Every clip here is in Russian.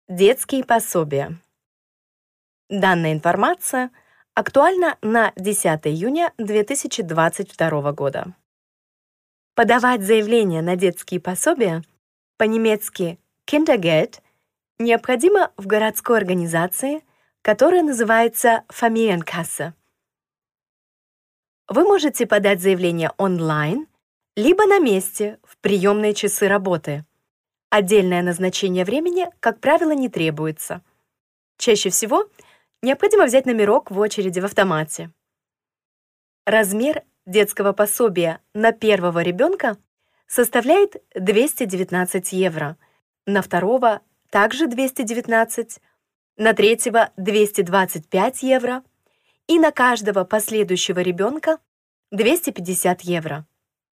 Детские пособия. Данная информация актуальна на 10 июня 2022 года. Подавать заявление на детские пособия, по-немецки Kindergeld, необходимо в городской организации, которая называется Familienkasse. Вы можете подать заявление онлайн, либо на месте, в приемные часы работы. Отдельное назначение времени, как правило, не требуется. Чаще всего необходимо взять номерок в очереди в автомате. Размер детского пособия на первого ребенка составляет 219 евро, на второго также 219, на третьего 225 евро и на каждого последующего ребенка 250 евро.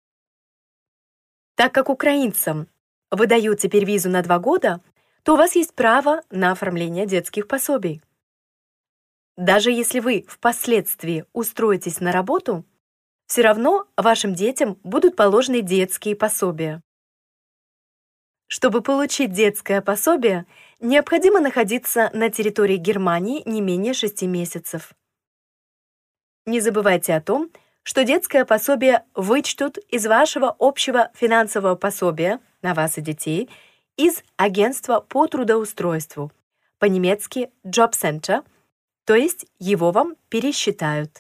Так как украинцам выдают теперь визу на 2 года, то у вас есть право на оформление детских пособий. Даже если вы впоследствии устроитесь на работу, все равно вашим детям будут положены детские пособия. Чтобы получить детское пособие, необходимо находиться на территории Германии не менее 6 месяцев. Не забывайте о том, что детское пособие вычтут из вашего общего финансового пособия на вас и детей из агентства по трудоустройству, по-немецки Jobcenter, то есть его вам пересчитают.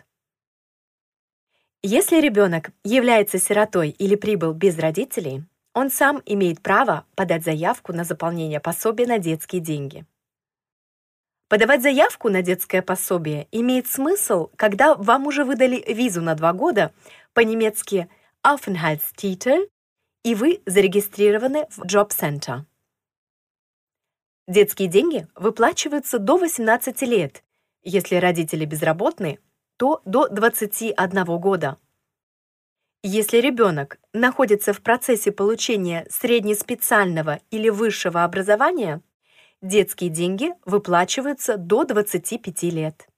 Если ребенок является сиротой или прибыл без родителей, он сам имеет право подать заявку на заполнение пособия на детские деньги. Подавать заявку на детское пособие имеет смысл, когда вам уже выдали визу на 2 года, по-немецки Aufenthaltstitel, и вы зарегистрированы в Jobcenter. Детские деньги выплачиваются до 18 лет. Если родители безработные, то до 21 года. Если ребенок находится в процессе получения среднеспециального или высшего образования, детские деньги выплачиваются до 25 лет.